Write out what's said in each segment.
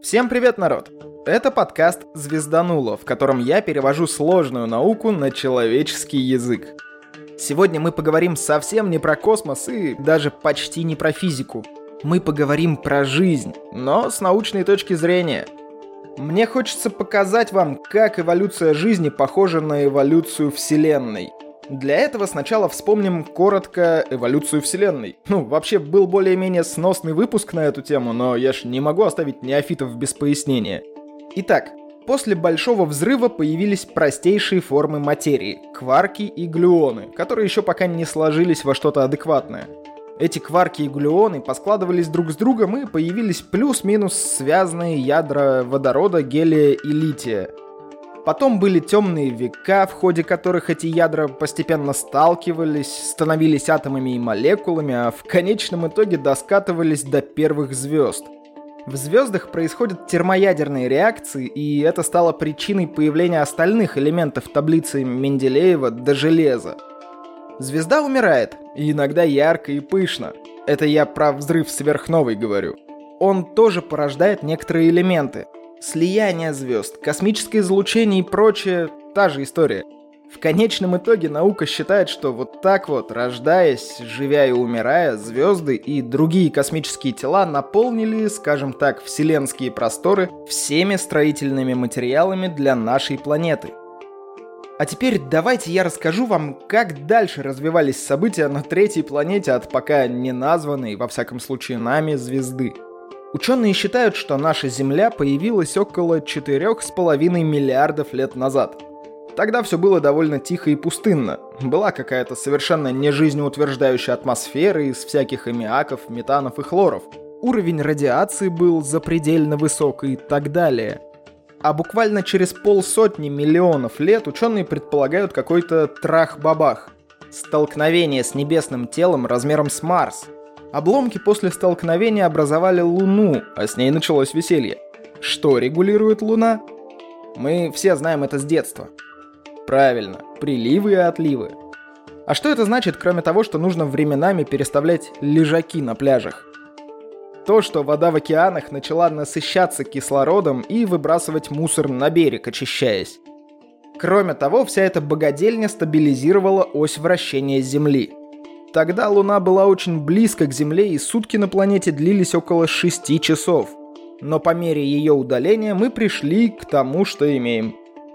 Всем привет, народ! Это подкаст «Звездануло», в котором я перевожу сложную науку на человеческий язык. Сегодня мы поговорим совсем не про космос и даже почти не про физику. Мы поговорим про жизнь, но с научной точки зрения. Мне хочется показать вам, как эволюция жизни похожа на эволюцию Вселенной. Для этого сначала вспомним коротко эволюцию Вселенной. Вообще был более-менее сносный выпуск на эту тему, но я ж не могу оставить неофитов без пояснения. Итак, после Большого Взрыва появились простейшие формы материи – кварки и глюоны, которые еще пока не сложились во что-то адекватное. Эти кварки и глюоны поскладывались друг с другом и появились плюс-минус связанные ядра водорода, гелия и лития. Потом были темные века, в ходе которых эти ядра постепенно сталкивались, становились атомами и молекулами, а в конечном итоге доскатывались до первых звезд. В звездах происходят термоядерные реакции, и это стало причиной появления остальных элементов таблицы Менделеева до железа. Звезда умирает, и иногда ярко и пышно. Это я про взрыв сверхновой говорю. Он тоже порождает некоторые элементы. Слияние звезд, космическое излучение и прочее – та же история. В конечном итоге наука считает, что вот так вот, рождаясь, живя и умирая, звезды и другие космические тела наполнили, скажем так, вселенские просторы всеми строительными материалами для нашей планеты. А теперь давайте я расскажу вам, как дальше развивались события на третьей планете от пока не названной, во всяком случае нами, звезды. Ученые считают, что наша Земля появилась около 4,5 миллиардов лет назад. Тогда все было довольно тихо и пустынно. Была какая-то совершенно нежизнеутверждающая атмосфера из всяких аммиаков, метанов и хлоров. Уровень радиации был запредельно высок и так далее. А буквально через 500 миллионов лет ученые предполагают какой-то трах-бабах. Столкновение с небесным телом размером с Марс. Обломки после столкновения образовали Луну, а с ней началось веселье. Что регулирует Луна? Мы все знаем это с детства. Правильно, приливы и отливы. А что это значит, кроме того, что нужно временами переставлять лежаки на пляжах? То, что вода в океанах начала насыщаться кислородом и выбрасывать мусор на берег, очищаясь. Кроме того, вся эта богадельня стабилизировала ось вращения Земли. Тогда Луна была очень близко к Земле, и сутки на планете длились около 6 часов. Но по мере ее удаления мы пришли к тому, что имеем.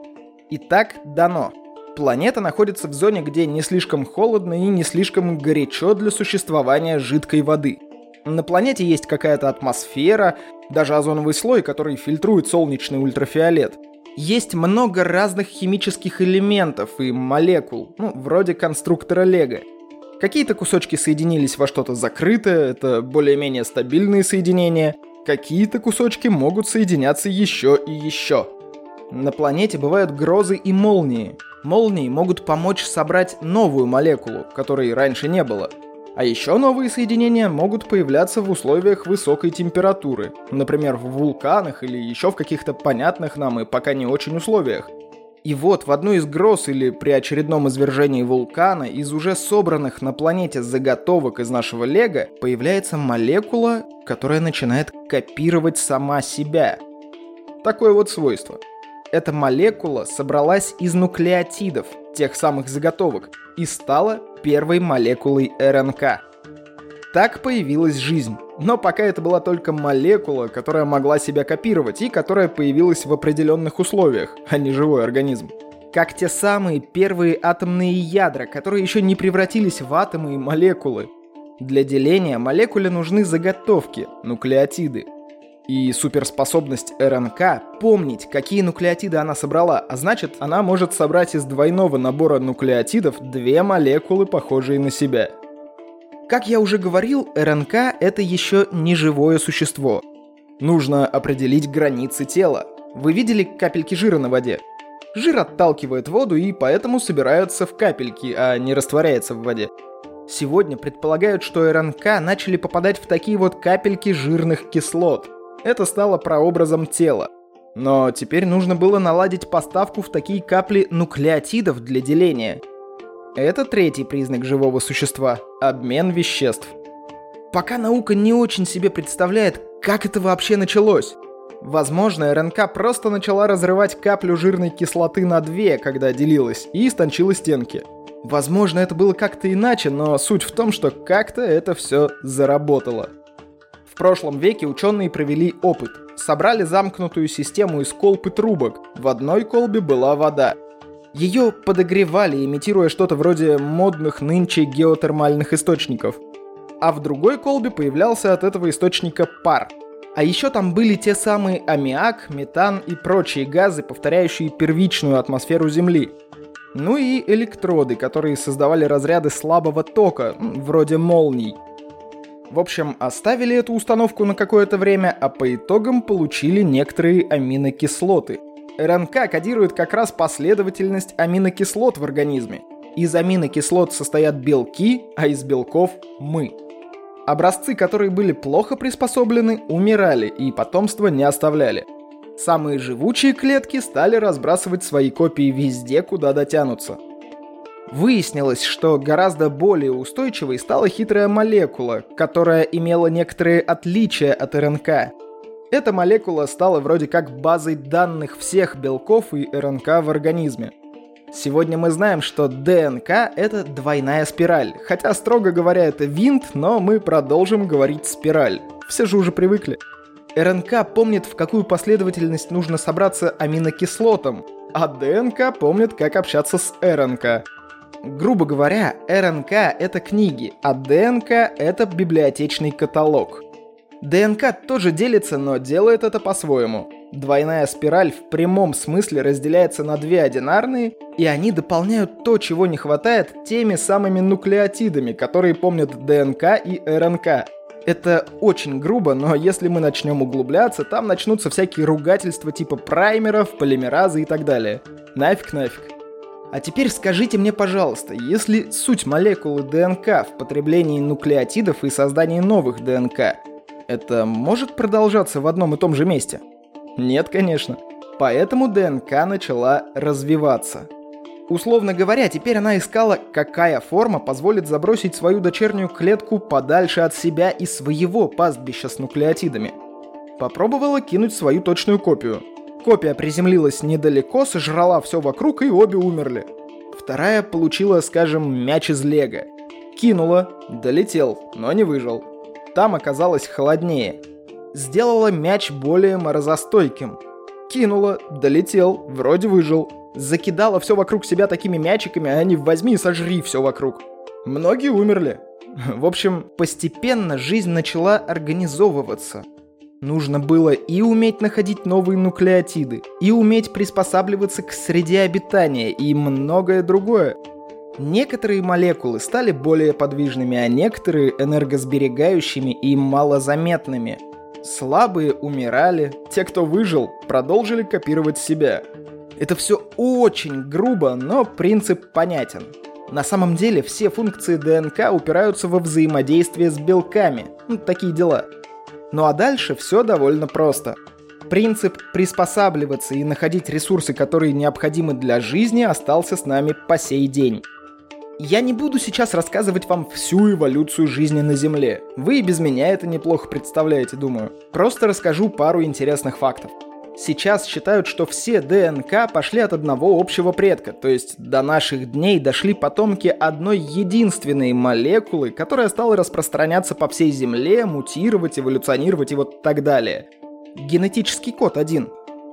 Итак, дано. Планета находится в зоне, где не слишком холодно и не слишком горячо для существования жидкой воды. На планете есть какая-то атмосфера, даже озоновый слой, который фильтрует солнечный ультрафиолет. Есть много разных химических элементов и молекул, вроде конструктора Лего. Какие-то кусочки соединились во что-то закрытое, это более-менее стабильные соединения. Какие-то кусочки могут соединяться еще и еще. На планете бывают грозы и молнии. Молнии могут помочь собрать новую молекулу, которой раньше не было. А еще новые соединения могут появляться в условиях высокой температуры. Например, в вулканах или еще в каких-то понятных нам и пока не очень условиях. И вот в одну из гроз или при очередном извержении вулкана из уже собранных на планете заготовок из нашего лего появляется молекула, которая начинает копировать сама себя. Такое вот свойство. Эта молекула собралась из нуклеотидов, тех самых заготовок, и стала первой молекулой РНК. Так появилась жизнь. Но пока это была только молекула, которая могла себя копировать и которая появилась в определенных условиях, а не живой организм. Как те самые первые атомные ядра, которые еще не превратились в атомы и молекулы. Для деления молекуле нужны заготовки, нуклеотиды. И суперспособность РНК — помнить, какие нуклеотиды она собрала, а значит, она может собрать из двойного набора нуклеотидов 2 молекулы, похожие на себя. Как я уже говорил, РНК — это еще не живое существо. Нужно определить границы тела. Вы видели капельки жира на воде? Жир отталкивает воду и поэтому собирается в капельки, а не растворяется в воде. Сегодня предполагают, что РНК начали попадать в такие вот капельки жирных кислот. Это стало прообразом тела. Но теперь нужно было наладить поставку в такие капли нуклеотидов для деления. Это третий признак живого существа – обмен веществ. Пока наука не очень себе представляет, как это вообще началось. Возможно, РНК просто начала разрывать каплю жирной кислоты на две, когда делилась, и истончила стенки. Возможно, это было как-то иначе, но суть в том, что как-то это все заработало. В прошлом веке ученые провели опыт. Собрали замкнутую систему из колб и трубок. В одной колбе была вода. Ее подогревали, имитируя что-то вроде модных нынче геотермальных источников. А в другой колбе появлялся от этого источника пар. А еще там были те самые аммиак, метан и прочие газы, повторяющие первичную атмосферу Земли. Ну и электроды, которые создавали разряды слабого тока, вроде молний. В общем, оставили эту установку на какое-то время, а по итогам получили некоторые аминокислоты. РНК кодирует как раз последовательность аминокислот в организме. Из аминокислот состоят белки, а из белков – мы. Образцы, которые были плохо приспособлены, умирали и потомство не оставляли. Самые живучие клетки стали разбрасывать свои копии везде, куда дотянутся. Выяснилось, что гораздо более устойчивой стала хитрая молекула, которая имела некоторые отличия от РНК. Эта молекула стала вроде как базой данных всех белков и РНК в организме. Сегодня мы знаем, что ДНК — это двойная спираль, хотя, строго говоря, это винт, но мы продолжим говорить спираль. Все же уже привыкли. РНК помнит, в какую последовательность нужно собраться аминокислотам, а ДНК помнит, как общаться с РНК. Грубо говоря, РНК — это книги, а ДНК — это библиотечный каталог. ДНК тоже делится, но делает это по-своему. Двойная спираль в прямом смысле разделяется на две одинарные, и они дополняют то, чего не хватает, теми самыми нуклеотидами, которые помнят ДНК и РНК. Это очень грубо, но если мы начнем углубляться, там начнутся всякие ругательства типа праймеров, полимеразы и так далее. Нафиг. А теперь скажите мне, пожалуйста, если суть молекулы ДНК в потреблении нуклеотидов и создании новых ДНК, это может продолжаться в одном и том же месте? Нет, конечно. Поэтому ДНК начала развиваться. Условно говоря, теперь она искала, какая форма позволит забросить свою дочернюю клетку подальше от себя и своего пастбища с нуклеотидами. Попробовала кинуть свою точную копию. Копия приземлилась недалеко, сожрала все вокруг, и обе умерли. Вторая получила, скажем, мяч из лего. Кинула, долетел, но не выжил. Там оказалось холоднее. Сделала мяч более морозостойким. Кинула, долетел, вроде выжил. Закидала все вокруг себя такими мячиками, а они возьми и сожри все вокруг. Многие умерли. В общем, постепенно жизнь начала организовываться. Нужно было и уметь находить новые нуклеотиды, и уметь приспосабливаться к среде обитания, и многое другое. Некоторые молекулы стали более подвижными, а некоторые энергосберегающими и малозаметными. Слабые умирали, те, кто выжил, продолжили копировать себя. Это все очень грубо, но принцип понятен. На самом деле все функции ДНК упираются во взаимодействие с белками. Такие дела. Ну а дальше все довольно просто. Принцип приспосабливаться и находить ресурсы, которые необходимы для жизни, остался с нами по сей день. Я не буду сейчас рассказывать вам всю эволюцию жизни на Земле. Вы и без меня это неплохо представляете, думаю. Просто расскажу пару интересных фактов. Сейчас считают, что все ДНК пошли от одного общего предка, то есть до наших дней дошли потомки одной единственной молекулы, которая стала распространяться по всей Земле, мутировать, эволюционировать и вот так далее. Генетический код один.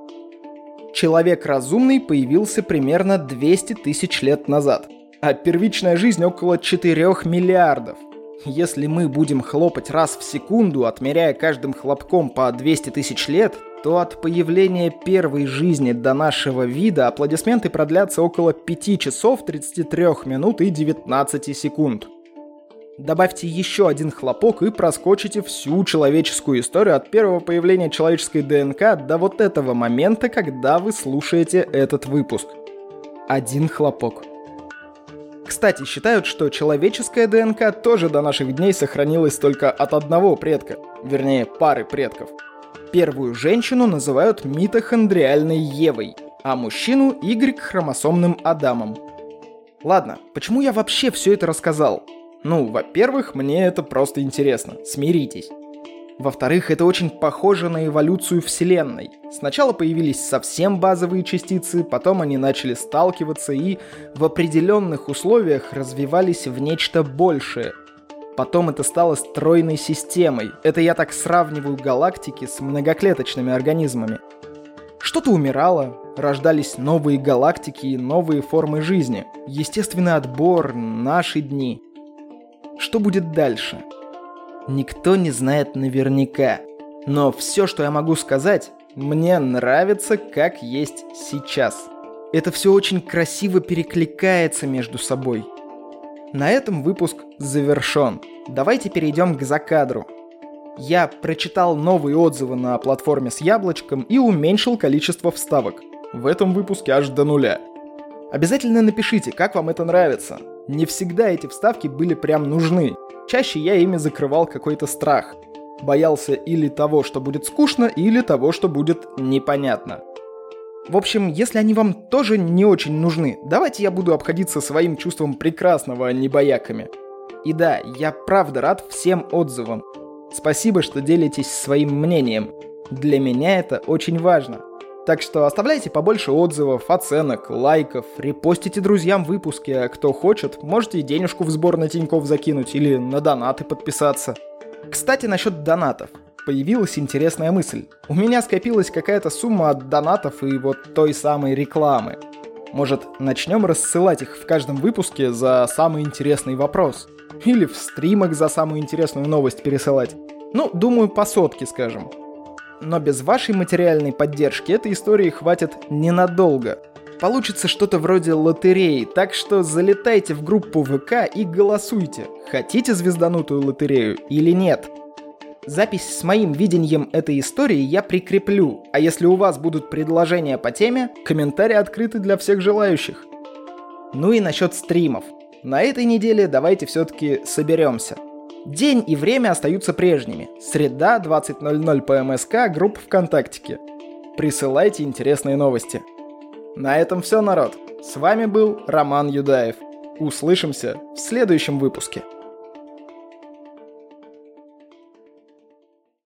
Человек разумный появился примерно 200 тысяч лет назад, а первичная жизнь около 4 миллиардов. Если мы будем хлопать раз в секунду, отмеряя каждым хлопком по 200 тысяч лет, то от появления первой жизни до нашего вида аплодисменты продлятся около 5 часов 33 минут и 19 секунд. Добавьте еще один хлопок и проскочите всю человеческую историю от первого появления человеческой ДНК до вот этого момента, когда вы слушаете этот выпуск. Один хлопок. Кстати, считают, что человеческая ДНК тоже до наших дней сохранилась только от одного предка, вернее, пары предков. Первую женщину называют митохондриальной Евой, а мужчину Y-хромосомным Адамом. Ладно, почему я вообще все это рассказал? Во-первых, мне это просто интересно, смиритесь. Во-вторых, это очень похоже на эволюцию Вселенной. Сначала появились совсем базовые частицы, потом они начали сталкиваться и в определенных условиях развивались в нечто большее. Потом это стало стройной системой. Это я так сравниваю галактики с многоклеточными организмами. Что-то умирало, рождались новые галактики и новые формы жизни. Естественный отбор, наши дни. Что будет дальше? Никто не знает наверняка. Но все, что я могу сказать, мне нравится, как есть сейчас. Это все очень красиво перекликается между собой. На этом выпуск завершен. Давайте перейдем к закадру. Я прочитал новые отзывы на платформе с яблочком и уменьшил количество вставок. В этом выпуске аж до 0. Обязательно напишите, как вам это нравится. Не всегда эти вставки были прям нужны. Чаще я ими закрывал какой-то страх. Боялся или того, что будет скучно, или того, что будет непонятно. В общем, если они вам тоже не очень нужны, давайте я буду обходиться своим чувством прекрасного, а не бояками. И да, я правда рад всем отзывам. Спасибо, что делитесь своим мнением. Для меня это очень важно. Так что оставляйте побольше отзывов, оценок, лайков, репостите друзьям выпуски, а кто хочет, можете и денежку в сбор на Тинькофф закинуть или на донаты подписаться. Кстати, насчет донатов. Появилась интересная мысль. У меня скопилась какая-то сумма от донатов и вот той самой рекламы. Может, начнем рассылать их в каждом выпуске за самый интересный вопрос? Или в стримах за самую интересную новость пересылать? Ну, думаю, по 100, скажем. Но без вашей материальной поддержки этой истории хватит ненадолго. Получится что-то вроде лотереи, так что залетайте в группу ВК и голосуйте, хотите звезданутую лотерею или нет. Запись с моим видением этой истории я прикреплю, а если у вас будут предложения по теме, комментарии открыты для всех желающих. Ну и насчет стримов. На этой неделе давайте все-таки соберемся. День и время остаются прежними. Среда, 20:00 по МСК, группа ВКонтактике. Присылайте интересные новости. На этом все, народ. С вами был Роман Юдаев. Услышимся в следующем выпуске.